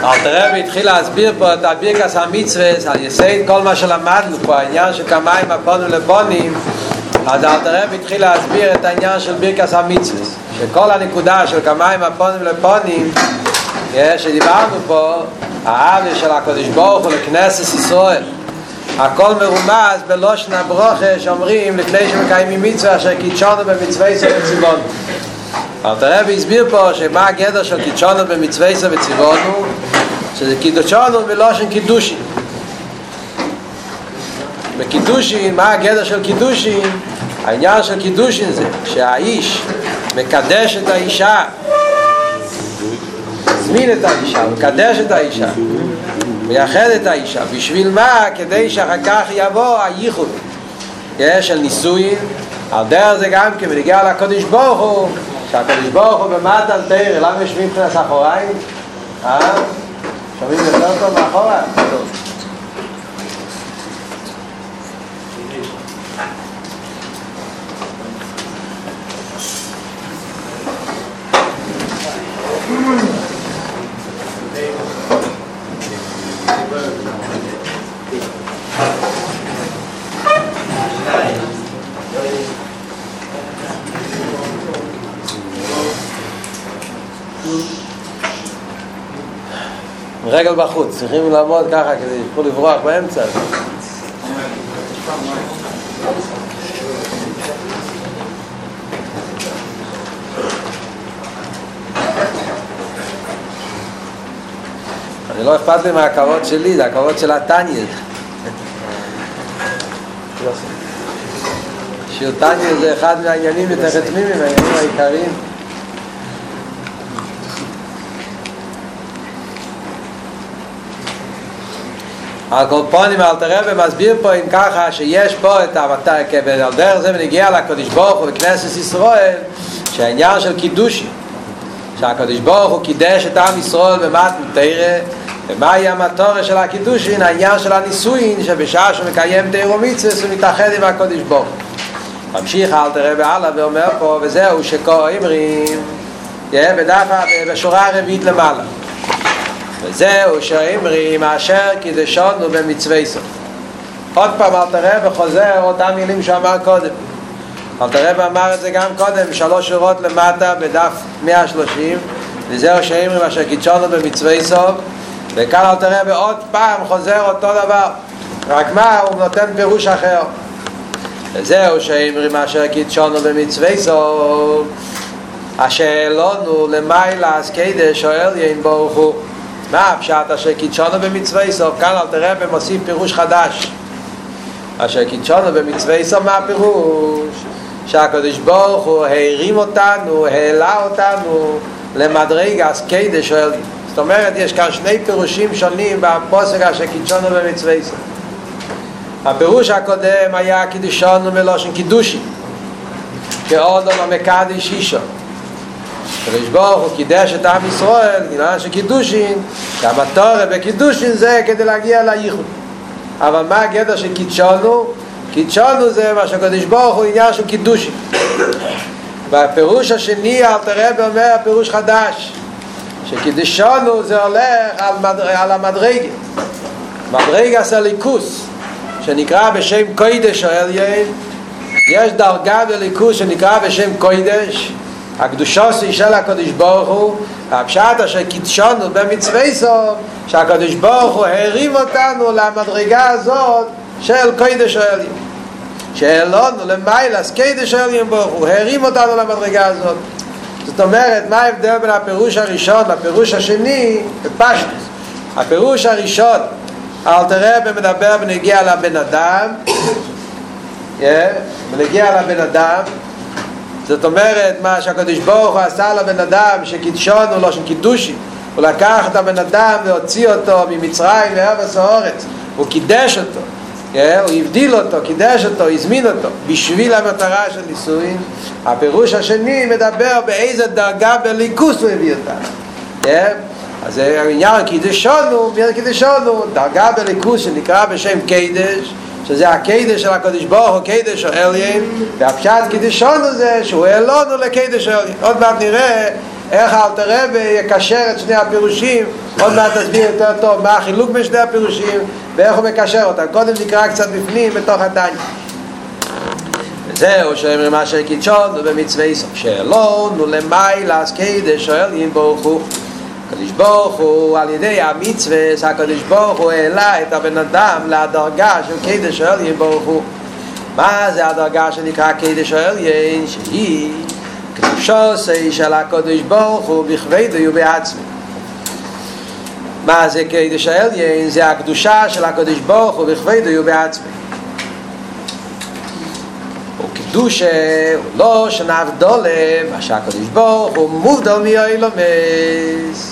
אלתר רבי התחיל להסביר פה את ברכת המצווה על יסוד כל מה שלמדנו פה, העניין של כמים הפונים לפונים. אז אלתר רבי התחיל להסביר את העניין של ברכת המצווה, שכל הנקודה של כמים הפונים לפונים שדיברנו פה, האהבה של הקדוש ברוך הוא לכנסת ישראל, הכל מרומז בלושן הברוכה שאומרים לפני שמקיימים מצווה אשר קידשנו במצווה וציוונו. אלתר רבי הסביר פה שמה הגדר של קידשנו במצווה וציוונו, שזה קידשנו בלושן קידושין. בקידושין, מה הגדר של קידושין? העניין של קידושין זה שהאיש מקדש את האישה, מזמין את האישה, מקדש את האישה, מייחד את האישה. בשביל מה? כדי שאחר כך יבוא הייחוד של נישואין. על דרך זה גם כן ונגיע לקדוש ברוך הוא, שהקדוש ברוך הוא במטה על תורה. למה יושבים מבחינת אחוריים? שומעים יותר טוב מאחורה? טוב. רגל בחוץ, צריכים לעמוד ככה כדי שיוכלו לברוח באמצע. אני לא אכפת לי מהכבוד שלי, זה הכבוד של התניא. שיר תניא זה אחד מהעניינים יותר חתמימים, העניינים העיקריים. על כל פנים אלתר רבי מסביר פה אם ככה שיש פה את על דרך זה ונגיע לקדוש ברוך הוא וכנסת ישראל, שהעניין של קידושין, שהקדוש ברוך הוא קידש את עם ישראל במתן תורה. ומהי המטרה של הקידושין? העניין של הנישואין, שבשעה שמקיים תורה ומצווה הוא מתאחד עם הקדוש ברוך הוא. ממשיך אלתר רבי הלאה ואומר פה, וזהו שאומרים בדף בשורה הרביעית למעלה, וזהו שאומרים אשר קידשנו במצווה סוף. עוד פעם אלתר רבי חוזר אותם מילים שאמר קודם. אלתר רבי אמר את זה גם קודם 3 שורות למטה בדף 130, וזהו שאומרים אשר קידשנו במצווה סוף. וכאן אלתר רבי עוד פעם חוזר אותו דבר, רק מה? הוא נותן פירוש אחר. וזהו שאומרים אשר קידשנו במצווה סוף, אשר העלנו למעלה אז קידש עליון ברוך הוא. מה הפשט אשר קידשנו במצווה סוף? כאן אלתר רבי מוסיף פירוש חדש. אשר קידשנו במצווה סוף, מה הפירוש? שהקדוש ברוך הוא הרים אותנו, העלה אותנו למדרגה אז קידש עליון. זאת אומרת, יש כאן 2 פירושים שונים בפוסק אשר קידשנו במצווה סוף. הפירוש הקודם היה קידשנו מלושן קידושין, כאודום המקדש אישו. הקדוש ברוך הוא קידש את עם ישראל, עניין של קידושין, שהמטרה בקידושין זה כדי להגיע לייחוד. אבל מה הגדר של קידשנו? קידשנו זה מה שהקדוש ברוך הוא עניין של קידושין. והפירוש השני אלתר רבי אומר פירוש חדש, שקידשנו זה הולך על המדרגה, מדרגה סליקוס, שנקרא בשם קודש העליון. יש דרגה בליכוס שנקרא בשם קודש, הקדושה של הקדוש ברוך הוא. הפשט אשר קידשנו במצווה סוף, שהקדוש ברוך הוא הרים אותנו למדרגה הזאת של קודש העליון, שהעלנו למעלה אז קודש העליון ברוך הוא, הרים אותנו למדרגה הזאת. זאת אומרת, מה ההבדל בין הפירוש הראשון לפירוש השני? בפשטות, הפירוש הראשון אלתר רבי מדבר בנגיע לבן אדם, בנגיע לבן אדם, זאת אומרת מה שהקדוש ברוך הוא עשה לבן אדם שקידשנו לו, שקידושי, הוא לקח את הבן אדם והוציא אותו ממצרים מארץ הארץ, הוא קידש אותו, הוא הבדיל אותו, קידש אותו, הזמין אותו בשביל המטרה של נישואין. הפירוש השני מדבר באיזה דרגה בליכוס הוא הביא אותה. אז העניין קידשנו, קידשנו דרגה בליכוס שנקרא בשם קדש, שזה הקדש של הקדוש ברוך הוא, קדש העליון. והפשט קידשנו זה שהוא העלנו לקדש העליון. עוד מעט נראה איך אלתר רבי יקשר את שני הפירושים. עוד מעט תסביר יותר טוב מה החילוק בין שני הפירושים ואיך הוא מקשר אותם. קודם נקרא קצת בפנים בתוך התניא. זהו שאומרים מה שקידשנו במצווה איסור שאלונו למעלה אז קידש שואלים ברוך הוא. הקדוש ברוך הוא על ידי המצווה הקדוש ברוך הוא העלה את הבן אדם לדרגה של קידש שואלים ברוך הוא. מה זה הדרגה שנקרא קידש שואלים? שהיא קדושו של הקדוש ברוך הוא בכבודו ובעצמו. מה זה קידש שואלים? זה הקדושה של הקדוש ברוך הוא בכבודו ובעצמו. קדושה הוא לא שנבדולה מה שהקדוש ברוך הוא מובדל מאילומס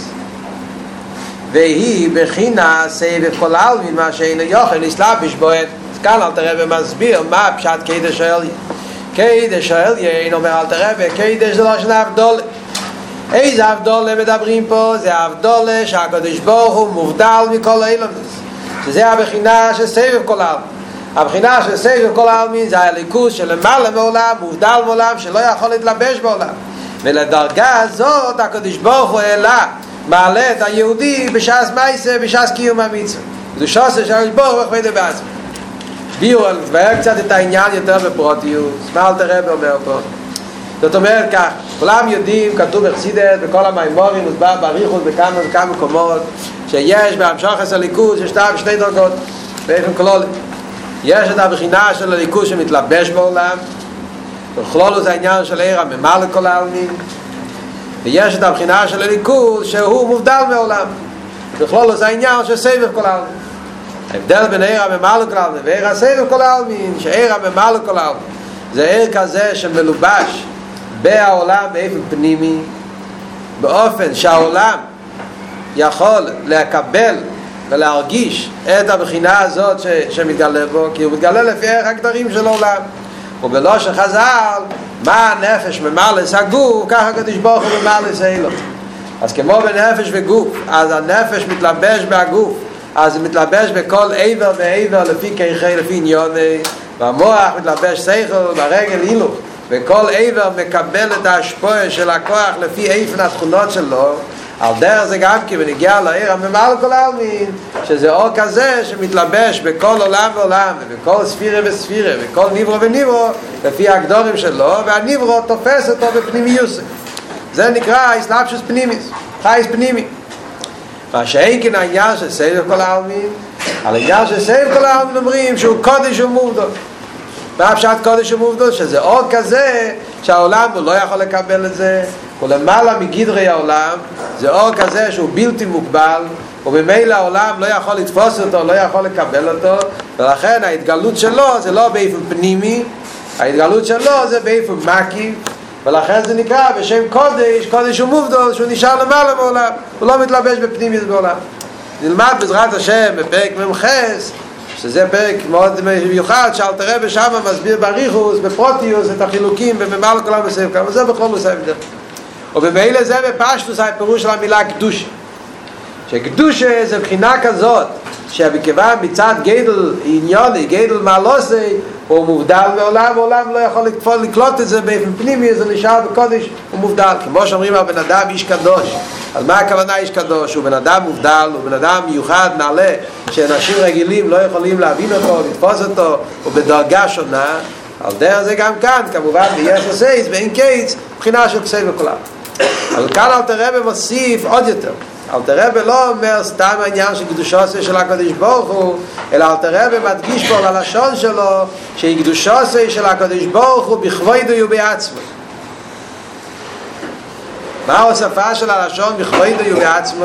והיא בחינה סבב כל העלמין מה שאין יוכל להסלבש בו. כאן אלתר רבי מסביר מה פשט קידש העליין. קידש העליין אומר אלתר רבי קידש זה לא שנבדולה. איזה הבדולה מדברים פה? זה הבדולה שהקדוש ברוך הוא מובדל מכל האילומס שזה הבחינה של סבב כל העלמין. הבחינה של סבב כל העלמין זה הליכוז שלמעלה מעולם, מובדל מעולם, שלא יכול להתלבש בעולם. ולדרגה הזאת הקדוש ברוך הוא העלה, מעלה את היהודי בשעס מייסה, בשעס קיום המצווה. קדושו של הקדוש ברוך הוא בכבודו בעצמו. הסבירו, תבהר קצת את העניין יותר בפרוטיוס. מה אלתר רבי אומר פה? זאת אומרת כך, כולם יודעים, כתוב בחסידות, בכל המימורים, מוסבר באריכות בכמה וכמה מקומות, שיש בהמשוחס הליכוז, יש שתי דרגות, באופן כללי. יש את הבחינה של הליכוז שמתלבש בעולם, וכלולו זה העניין של עיר הממלא כל העלמין, ויש את הבחינה של הליכוז שהוא מובדל מעולם, וכלולו זה העניין של סבב כל העלמין. ההבדל בין עיר הממלא כל העלמין ועיר הסבב כל העלמין, שעיר הממלא כל העלמין זה עיר כזה שמלובש בעולם באופן פנימי, באופן שהעולם יכול לקבל ולהרגיש את הבחינה הזאת שמתגלה בו, כי הוא מתגלה לפי ערך הגדרים של העולם. ובלושן חז"ל, מה הנפש ממלא סגוף, ככה הקדוש ברוך הוא ממלא סעילו. אז כמו בנפש וגוף, אז הנפש מתלבש בהגוף, אז זה מתלבש בכל עבר ועבר לפי כיחי, לפי עניוני, והמוח מתלבש שכל, ברגל הילוך, וכל עבר מקבל את ההשפעה של הכוח לפי איפן התכונות שלו. על דרך זה גם כי בנגיע לעיר הממלא כל העלמין, שזה אור כזה שמתלבש בכל עולם ועולם, ובכל ספירה וספירה, וכל נברו ונברו, לפי הגדורים שלו, והנברו תופס אותו בפנימיוס. זה נקרא הסלבשוס פנימיס, חייס פנימי. מה שאין כן העניין של סבב כל העלמין, על העניין של סבב כל העלמין אומרים שהוא קודש ומובדל. מה פשט קודש ומובדל? שזה אור כזה שהעולם הוא לא יכול לקבל את זה, ולמעלה מגדרי העולם, זה אור כזה שהוא בלתי מוגבל, ובמילא העולם לא יכול לתפוס אותו, לא יכול לקבל אותו, ולכן ההתגלות שלו זה לא באיפן פנימי, ההתגלות שלו זה באיפן מקיף, ולכן זה נקרא בשם קודש, קודש ומובדל, שהוא נשאר למעלה בעולם, הוא לא מתלבש בפנימי בעולם. נלמד בעזרת השם בפרק ממחס, שזה פרק מאוד מיוחד, שאלתר רבי שם מסביר באריכות, בפרוטיוס, את החילוקים, בממלא כל העלמין וסבב כל העלמין, וזה בכל נושא הבדל. ובמילא זה בפשטוס הפירוש של המילה קדושה. שקדושה זה בחינה כזאת, שבכיוון מצד גדל עניוני, גדל מעלוסי, הוא מובדל מעולם, העולם לא יכול לקלוט את זה באופן פנימי, זה נשאר בקודש, הוא מובדל. כמו שאומרים על בן אדם איש קדוש. אז מה הכוונה איש קדוש? הוא בן אדם מובדל, הוא בן אדם מיוחד, נעלה, שאנשים רגילים לא יכולים להבין אותו, לתפוס אותו, הוא בדרגה שונה. על דרך זה גם כאן, כמובן, ויש לסייס, ואין קיץ, בחינה של כסי וכולם. אבל כאן אלתר רבי מוסיף עוד יותר. אלתר רבי לא אומר סתם העניין של קדושו של הקדוש ברוך הוא, אלא אלתר רבי מדגיש פה ללשון שלו שהיא קדושו של הקדוש ברוך הוא בכבודו ובעצמו. מה ההוספה של הלשון בכבודו ובעצמו?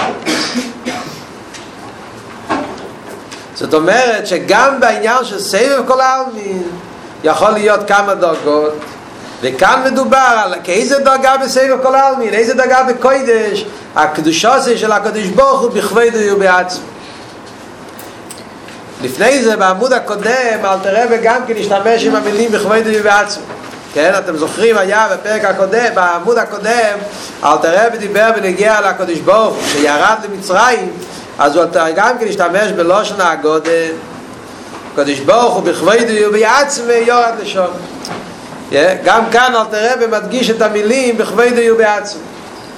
זאת אומרת שגם בעניין של סבב כל העלמין יכול להיות כמה דרגות, וכאן מדובר על כאיזה דרגה בסבב כל העלמין, איזה דרגה בקודש, הקדושה של הקדוש ברוך הוא בכבודו ובעצמו. לפני זה בעמוד הקודם אלתר רבי גם כן השתמש עם המילים בכבודו ובעצמו. כן, אתם זוכרים, היה בפרק הקודם, בעמוד הקודם אלתר רבי דיבר בנגיע לקדוש ברוך הוא שירד למצרים, אז הוא גם כן השתמש בלושן הגודל, הקדוש ברוך הוא בכבודו ובעצמו יורד לשם. גם כאן אלתר רבי מדגיש את המילים בכבודו ובעצמו.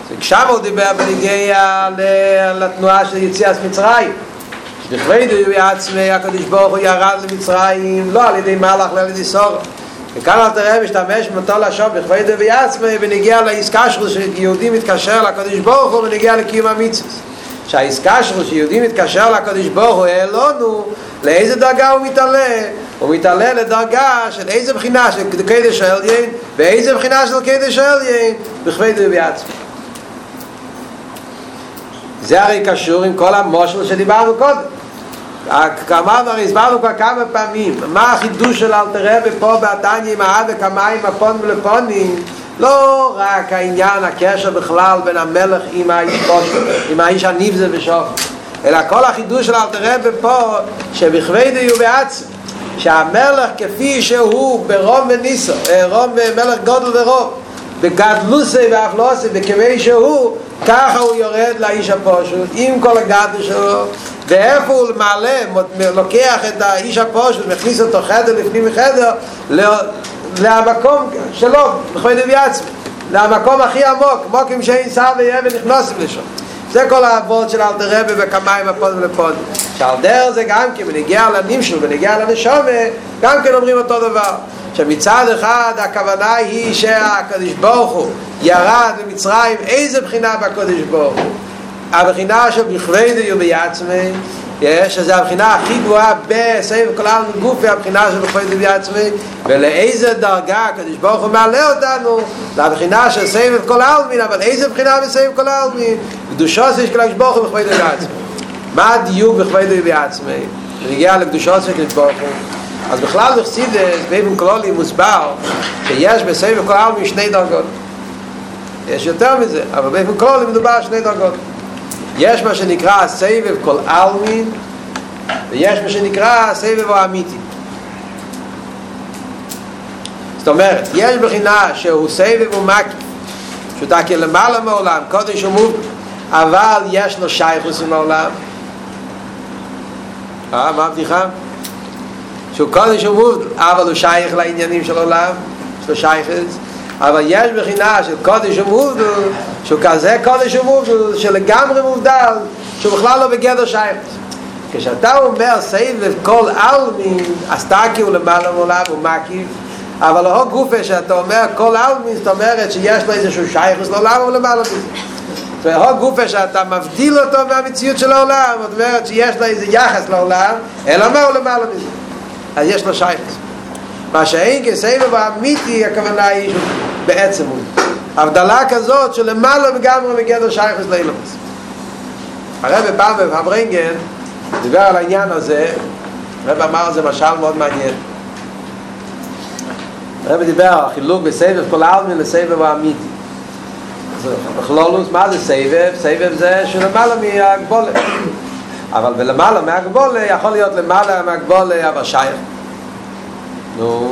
שם הוא דיבר בנגיע לתנועה של יציאת מצרים, שבכבודו ובעצמו הקדוש ברוך הוא ירד למצרים לא על ידי מלאך ולא על ידי סורו. וכאן אל תראה משתמש מאותו לשון בכבודו ובעצמו ונגיע לעסקה שלו שיהודי מתקשר לקדוש ברוך הוא ונגיע לקיום המצוות. שהעסקה שלו שיהודי מתקשר לקדוש ברוך הוא העלונו לאיזה דרגה הוא מתעלה. הוא מתעלה לדרגה של איזה בחינה של קדש העליין ואיזה בחינה של קדש העליין בכבודו ובעצמו. זה הרי קשור עם כל המושל שדיברנו קודם. כמובן הרי הסברנו כבר כמה פעמים מה החידוש של אלתר רבי פה בתניא עם האבק המים הפונים ולפונים. לא רק העניין הקשר בכלל בין המלך עם האיש הנבזה בשוף, אלא כל החידוש של אלתר רבי פה שבכבודו ובעצמו, שהמלך כפי שהוא ברום וניסו, רום ומלך גודל ורוב, בגדלוסי ואפלוסי, וכמי שהוא, ככה הוא יורד לאיש הפשוט עם כל הגדל שלו. ואיפה הוא מעלה, לוקח את האיש הפשוט ומכניס אותו חדר לפנים מחדר למקום שלו, בכבודו ובעצמו, למקום הכי עמוק, מוקים שאין שר ואבן נכנסים לשם. זה כל העבוד של אלתר רבי וכמיים הפונים לפונים. שעל דרך זה גם כן בנגיע לנמשל ונגיע לנשמה גם כן אומרים אותו דבר, שמצד אחד הכוונה היא שהקדוש ברוך הוא ירד למצרים. איזה בחינה בקדוש ברוך הוא? הבחינה של בכבודו ובעצמו, שזה הבחינה הכי גבוהה בסבב כל העלמין גופי, הבחינה של בכבודו ובעצמו. ולאיזה דרגה הקדוש ברוך הוא מעלה אותנו? לבחינה של סבב כל העלמין. אבל איזה בחינה בסבב כל העלמין? קדושו של הקדוש ברוך הוא בכבודו ובעצמו. מה הדיוק בכבודו ובעצמו? ונגיע לקדושו של הקדוש ברוך הוא. אז בכלל בחסידות באופן כללי מוסבר שיש בסבב כל העלמין שני דרגות. יש יותר מזה, אבל באופן כללי מדובר על שני דרגות. יש מה שנקרא סבב כל עלמין, ויש מה שנקרא סבב האמיתי. זאת אומרת, יש בחינה שהוא סבב ומקיף, שאתה כלמעלה מעולם, קודש ומובדל, אבל יש לו שייכות עם העולם. מה הבדיחה? שהוא קודש ומובדל, אבל הוא שייך לעניינים של העולם, יש לו שייכות. אבל יש בחינה של קודש ומובדל, שהוא כזה קודש ומובדל, שלגמרי מובדל, שהוא בכלל לא בגדר שייכות. כשאתה אומר סבב כל עלמין, אז תקי הוא למעלה מעולם, הוא מקיף. אבל לא גופה שאתה אומר כל עלמין, זאת אומרת שיש לו איזשהו שייכות לעולם או למעלה מזה. זאת אומרת, גופה שאתה מבדיל אותו מהמציאות של העולם, זאת אומרת שיש לו איזה יחס לעולם, אלא מה הוא למעלה מזה. אז יש לו שייכות. מה שאין כסבב האמיתי, הכוונה היא בעצם הוא הבדלה כזאת שלמעלה לגמרי מגדר שייכות לאילומס. הרב פעם בפברנגן דיבר על העניין הזה. הרב אמר זה משל מאוד מעניין. הרב דיבר על החילוק בסבב כל העלמין לסבב האמיתי. בכלולוס, מה זה סבב? סבב זה שלמעלה מהגבולה, אבל בלמעלה מהגבולה יכול להיות למעלה מהגבולה אבל שייך. נו,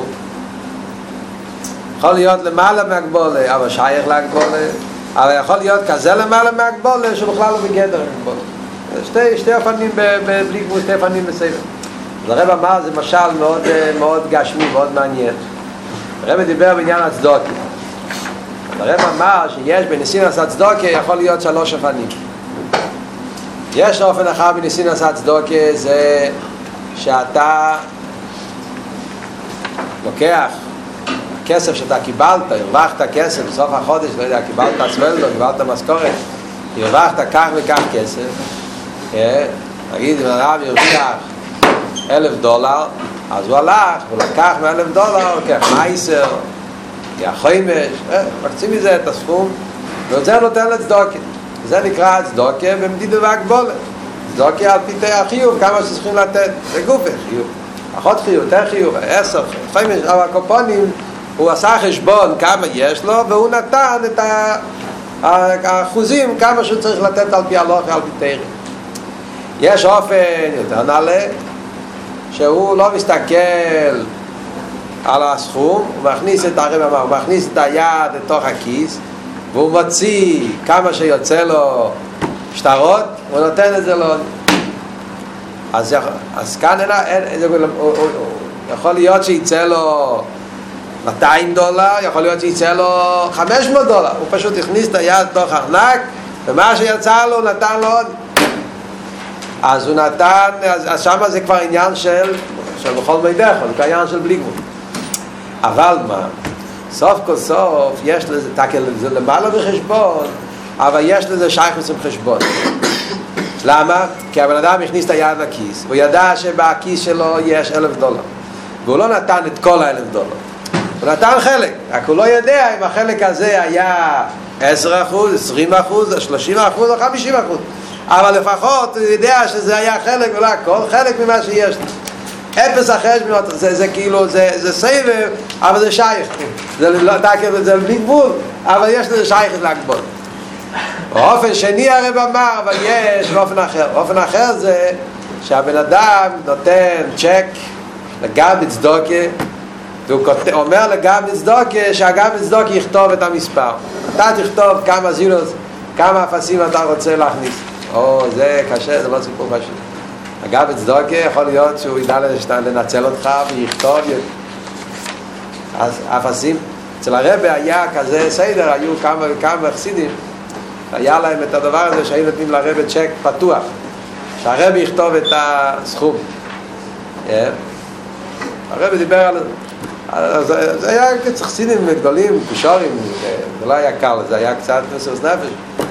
יכול להיות למעלה מהגבולה אבל שייך להגבולה, אבל יכול להיות כזה למעלה מהגבולה שבכלל לא בגדר הגבולה. שתי אופנים בלי גבול, שתי אופנים בסבב. אז הרב אמר זה משל מאוד, מאוד גשמי, מאוד מעניין. הרב דיבר בעניין הצדוקה. הרב אמר שיש בניסינס הצדוקה יכול להיות שלוש אופנים. יש אופן אחד בניסינס הצדוקה, זה שאתה לוקח כסף שאתה קיבלת, הרווחת כסף בסוף החודש, לא יודע, קיבלת סוולדו, קיבלת משכורת, הרווחת כך וכך כסף, נגיד אם הרב ירוויח $1,000, אז הוא הלך ולקח $1,000, לוקח מייסר, חומש, מקצים מזה את הסכום וזה נותן לצדוקה. זה נקרא צדוקה במדידה והגבולה. צדוקה על פי החיוב, כמה שצריכים לתת, זה גופה חיוב, פחות חיוב, יותר חיוב, 10, חומש, אבל הקופונים הוא עשה חשבון כמה יש לו והוא נתן את האחוזים כמה שהוא צריך לתת על פי הלוכה, על פי תארים. יש אופן יותר נעלה שהוא לא מסתכל על הסכום, הוא מכניס את הרב אמר, הוא מכניס את היד לתוך הכיס והוא מוציא כמה שיוצא לו שטרות, הוא נותן את זה לו. אז כאן יכול להיות שיצא לו $200, יכול להיות שיצא לו $500. הוא פשוט הכניס את היד תוך הארנק, ומה שיצא לו נתן לו עוד. אז הוא נתן, אז שמה זה כבר עניין של בכל מידע, זה כבר עניין של בלי גבול. אבל מה? סוף כל סוף יש לזה, זה למעלה בחשבון, אבל יש לזה שייכות עם חשבון. למה? כי הבן אדם הכניס את היד לכיס, והוא ידע שבכיס שלו יש $1,000, והוא לא נתן את כל $1,000, הוא נתן חלק, רק הוא לא יודע אם החלק הזה היה 10%, 20%, 30% או 50%, אבל לפחות הוא יודע שזה היה חלק ולא הכל, חלק ממה שיש לו. אפס החשבון, זה כאילו, זה סבב, אבל זה שייך, זה בלי גבול, אבל יש לזה שייכת להגבול. באופן שני הרב אמר, אבל יש באופן אחר. באופן אחר זה שהבן אדם נותן צ'ק לגבי צדוקה, והוא אומר לגבי צדוקה שהגבי צדוקה יכתוב את המספר. אתה תכתוב כמה זירוס, כמה אפסים אתה רוצה להכניס. זה קשה, זה לא סיפור פשוט. הגבי צדוקה יכול להיות שהוא ידע לנצל אותך ויכתוב. אז אפסים, אצל הרבי היה כזה סדר, היו כמה חסידים, היה להם את הדבר הזה שהיו נותנים לרבי צ'ק פתוח, שהרבי יכתוב את הסכום. הרבי דיבר על זה. זה היה חסידים גדולים, פישורים, זה לא היה קל, זה היה קצת מסירות נפש.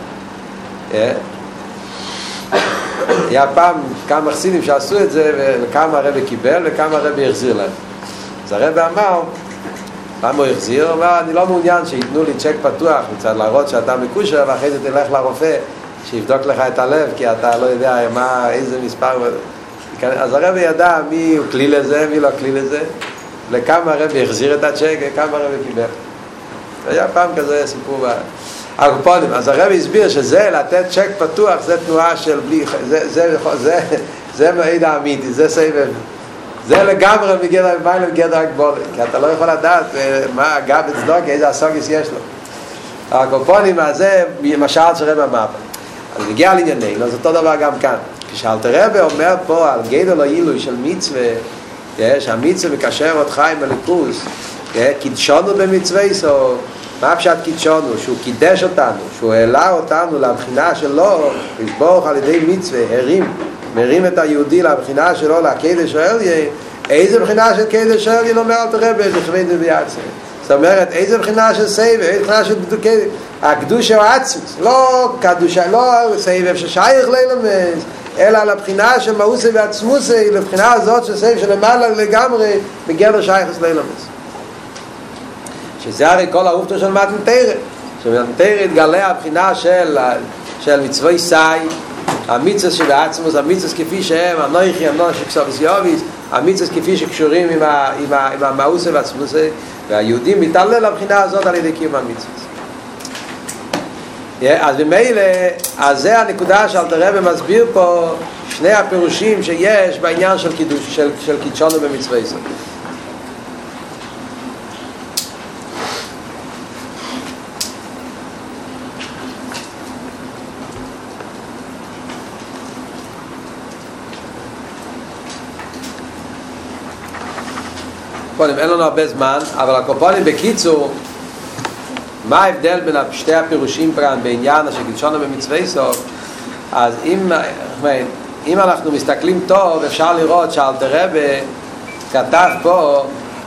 היה פעם כמה חסידים שעשו את זה, וכמה הרבי קיבל וכמה הרבי החזיר להם. אז הרבי אמר, למה הוא החזיר? הוא אמר, אני לא מעוניין שיתנו לי צ'ק פתוח, מצד להראות שאתה מקושר, ואחרי זה תלך לרופא שיבדוק לך את הלב, כי אתה לא יודע איזה מספר. אז הרבי ידע מי הוא כלי לזה, מי לא כלי לזה, לכמה הרבי החזיר את הצ'ק, וכמה הרבי קיבל. היה פעם כזה סיפור הקופונים. אז הרבי הסביר שזה לתת צ'ק פתוח, זה תנועה של בלי, זה מעיד האמיתי, זה סבב. זה לגמרי מגדר הגבולת, כי אתה לא יכול לדעת מה הגב אצדוק, איזה הסוגס יש לו. הקופונים הזה, משל שרב אמר. אז נגיע על ענייננו, אז אותו דבר גם כאן. כשאלתר רבי אומר פה על גדול או עילוי של מצווה, שהמצווה מקשר אותך עם הליכוס, קידשונו במצווה, מה פשט קידשונו? שהוא קידש אותנו, שהוא העלה אותנו לבחינה שלו, לשבוך על ידי מצווה, מרים את היהודי לבחינה שלו, לקדש האליה. איזה בחינה של קדש האליה אומר אלתר רבי? לכבד וביעצר. זאת אומרת, איזה בחינה של סבב, איזה בחינה של הקדושה או עצמוס, לא קדושה, לא סבב ששייך לילמס, אלא לבחינה של מאוסי ועצמוסי, לבחינה הזאת של סבב שלמעלה לגמרי בגדר שייכס לילמס. שזה הרי כל האופתו של מתן תורה, שמתן תורה התגלה הבחינה של מצווי סי, המצווה שבעצמוס, המצווה כפי שהם, הנויכי, הנויכי כסובס יוביס, המצווה כפי שקשורים עם המאוסי ועצמוסי, והיהודים מתעלל לבחינה הזאת על ידי קיום המצווה. אז במילא, אז זה הנקודה שאלתר רבי מסביר פה שני הפירושים שיש בעניין של קידוש, של קידשונו במצווה ישראל. אין לנו הרבה זמן, אבל הקופונים בקיצור, מה ההבדל בין שתי הפירושים כאן בעניין של קידשונו במצווה ישראל? אז אם אנחנו מסתכלים טוב, אפשר לראות שאלתר רבי כתב פה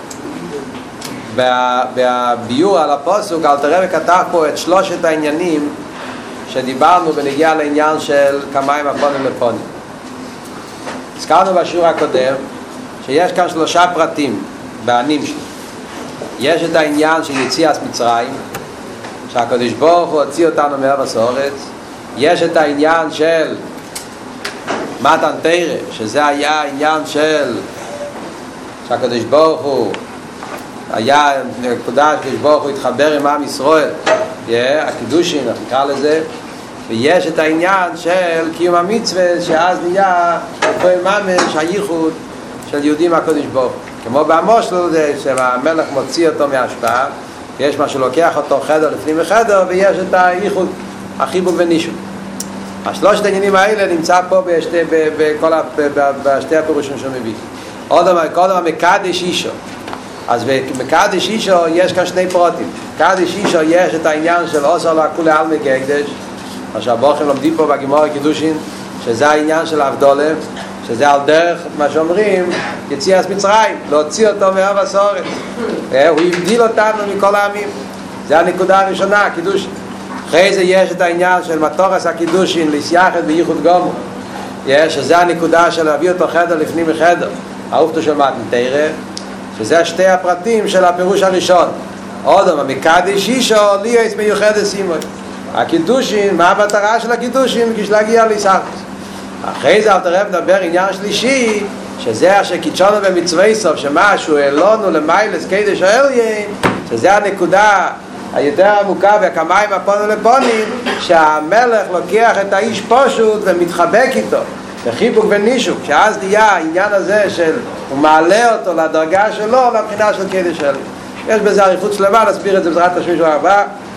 בביור על הפסוק, אלתר רבי כתב פה את שלושת העניינים שדיברנו בנגיעה לעניין של כמיים הפונים לפונים. הזכרנו בשיעור הקודם שיש כאן שלושה פרטים בענים שלו. יש את העניין של יציאת מצרים, שהקדוש ברוך הוא הוציא אותנו מארץ הארץ. יש את העניין של מתן תורה, שזה היה העניין של שהקדוש ברוך הוא היה נקודה שהקדוש ברוך הוא התחבר עם עם ישראל, הקידושים נקרא לזה. ויש את העניין של קיום המצווה, שאז נהיה כל ממש הייחוד של יהודים הקדוש ברוך הוא, כמו במושל שהמלך מוציא אותו מההשפעה, יש מה שלוקח אותו חדר לפנים מחדר, ויש את הייחוד, החיבור ונישוב. השלושת העניינים האלה נמצא פה בשתי הפירושים שהוא מביא. עוד אמר, קודם המקדש אישו, אז בקדיש אישו יש כאן שני פרוטים. קדיש אישו יש את העניין של אוסר לכולי עלמי כהקדש, מה שהבוחרים לומדים פה בגימור קידושין, שזה העניין של הבדולה, שזה על דרך מה שאומרים יציאת מצרים, להוציא אותו מארץ הסורת. הוא הבדיל אותנו מכל העמים. זה הנקודה הראשונה, קידושין. אחרי זה יש את העניין של מטורס הקידושין, להסייחד בייחוד גמור, שזה הנקודה של להביא אותו חדר לפנים מחדר, האופתו של מתן תורה, שזה שתי הפרטים של הפירוש הראשון. עוד מקדיש אישו ליאס מיוחדת סימוי. הקידושין, מה המטרה של הקידושין? כשלהגיע לישחס. אחרי זה אלתר רב מדבר עניין שלישי, שזה אשר קידשנו במצווי סוף, שמשהו אלונו למיילס קדש העליין, שזה הנקודה היותר עמוקה והכמיים הפונים לפונים, שהמלך לוקח את האיש פשוט ומתחבק איתו בחיבוק ונישוק, שאז נהיה העניין הזה של הוא מעלה אותו לדרגה שלו לבחינה של קדש העליין. יש בזה אריכות שלמה, נסביר את זה בעזרת השם שבוע הבא.